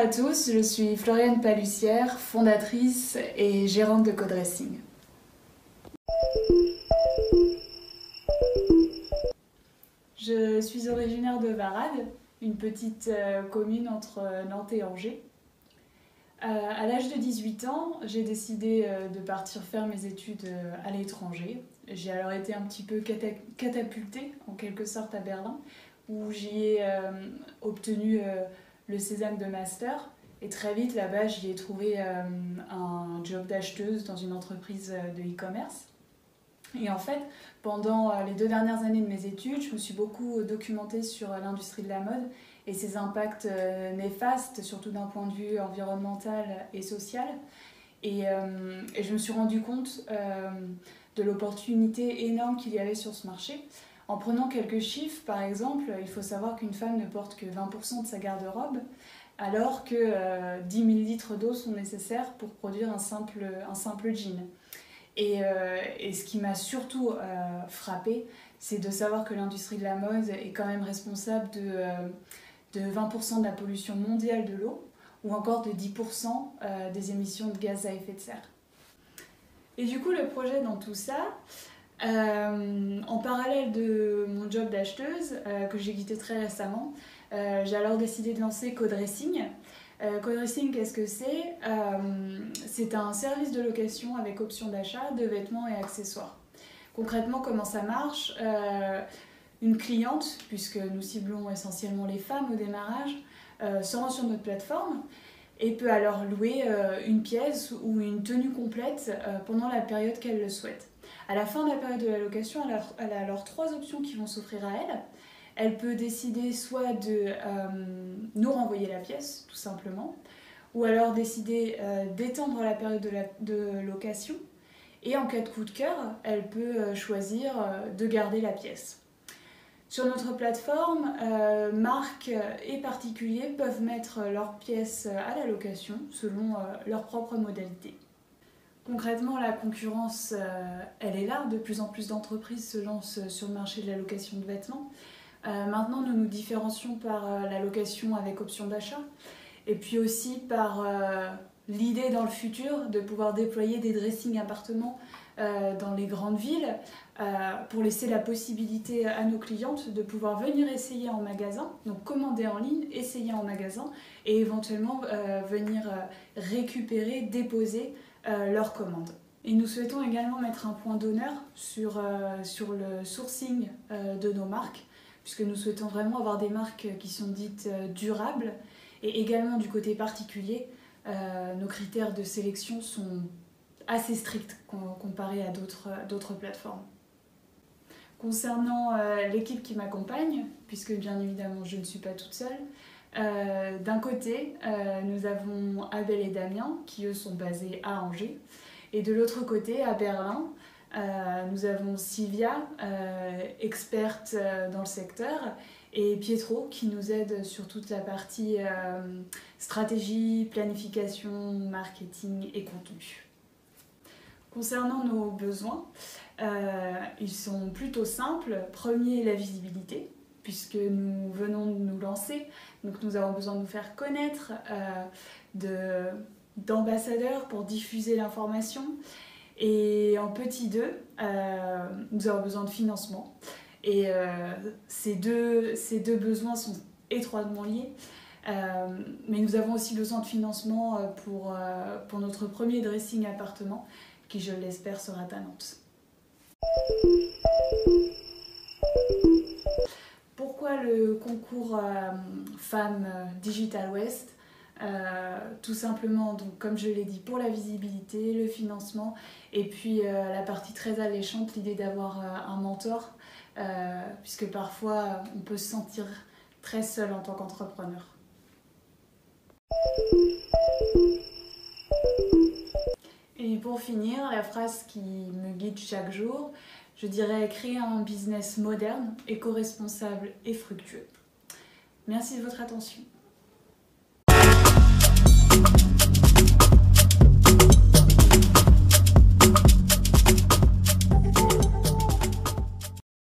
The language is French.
à tous, je suis Floriane Palussière, fondatrice et gérante de Codressing. Je suis originaire de Varades, une petite commune entre Nantes et Angers. À l'âge de 18 ans, j'ai décidé de partir faire mes études à l'étranger. J'ai alors été un petit peu catapultée en quelque sorte à Berlin, où j'y ai obtenu le Sésame de master. Et très vite là-bas, j'y ai trouvé un job d'acheteuse dans une entreprise de e-commerce. Et en fait, pendant les 2 dernières années de mes études, je me suis beaucoup documentée sur l'industrie de la mode et ses impacts néfastes, surtout d'un point de vue environnemental et social. Et je me suis rendu compte de l'opportunité énorme qu'il y avait sur ce marché. En prenant quelques chiffres, par exemple, il faut savoir qu'une femme ne porte que 20% de sa garde-robe, alors que 10 000 litres d'eau sont nécessaires pour produire un simple jean. Et ce qui m'a surtout frappée, c'est de savoir que l'industrie de la mode est quand même responsable de 20% de la pollution mondiale de l'eau, ou encore de 10% des émissions de gaz à effet de serre. Et du coup, le projet dans tout ça, en parallèle de mon job d'acheteuse, que j'ai quitté très récemment, j'ai alors décidé de lancer Codressing. Codressing, qu'est-ce que c'est ? C'est un service de location avec option d'achat de vêtements et accessoires. Concrètement, comment ça marche ? Une cliente, puisque nous ciblons essentiellement les femmes au démarrage, se rend sur notre plateforme et peut alors louer une pièce ou une tenue complète pendant la période qu'elle le souhaite. À la fin de la période de la location, elle a alors 3 options qui vont s'offrir à elle. Elle peut décider soit de nous renvoyer la pièce, tout simplement, ou alors décider d'étendre la période de location. Et en cas de coup de cœur, elle peut choisir de garder la pièce. Sur notre plateforme, marques et particuliers peuvent mettre leurs pièces à la location selon leurs propres modalités. Concrètement, la concurrence, elle est là. De plus en plus d'entreprises se lancent sur le marché de la location de vêtements. Maintenant, nous nous différencions par la location avec option d'achat et puis aussi par l'idée dans le futur de pouvoir déployer des dressing appartements dans les grandes villes pour laisser la possibilité à nos clientes de pouvoir venir essayer en magasin, donc commander en ligne, essayer en magasin et éventuellement venir récupérer, déposer leurs commandes. Et nous souhaitons également mettre un point d'honneur sur le sourcing de nos marques, puisque nous souhaitons vraiment avoir des marques qui sont dites durables. Et également du côté particulier, nos critères de sélection sont assez stricts comparés à d'autres plateformes. Concernant l'équipe qui m'accompagne, puisque bien évidemment je ne suis pas toute seule, d'un côté nous avons Abel et Damien qui eux sont basés à Angers, et de l'autre côté à Berlin, nous avons Sylvia, experte dans le secteur, et Pietro qui nous aide sur toute la partie stratégie, planification, marketing et contenu. Concernant nos besoins, ils sont plutôt simples. Premier, la visibilité, puisque nous venons de nous lancer, donc nous avons besoin de nous faire connaître, d'ambassadeurs pour diffuser l'information. Et en petit 2, nous avons besoin de financement. Et ces deux besoins sont étroitement liés. Mais nous avons aussi besoin de financement pour notre premier dressing appartement, qui, je l'espère, sera à Nantes. Pourquoi le concours Femmes Digital West ? Tout simplement, donc, comme je l'ai dit, pour la visibilité, le financement et puis la partie très alléchante, l'idée d'avoir un mentor, puisque parfois on peut se sentir très seul en tant qu'entrepreneur. Et pour finir, la phrase qui me guide chaque jour, je dirais créer un business moderne, éco-responsable et fructueux. Merci de votre attention.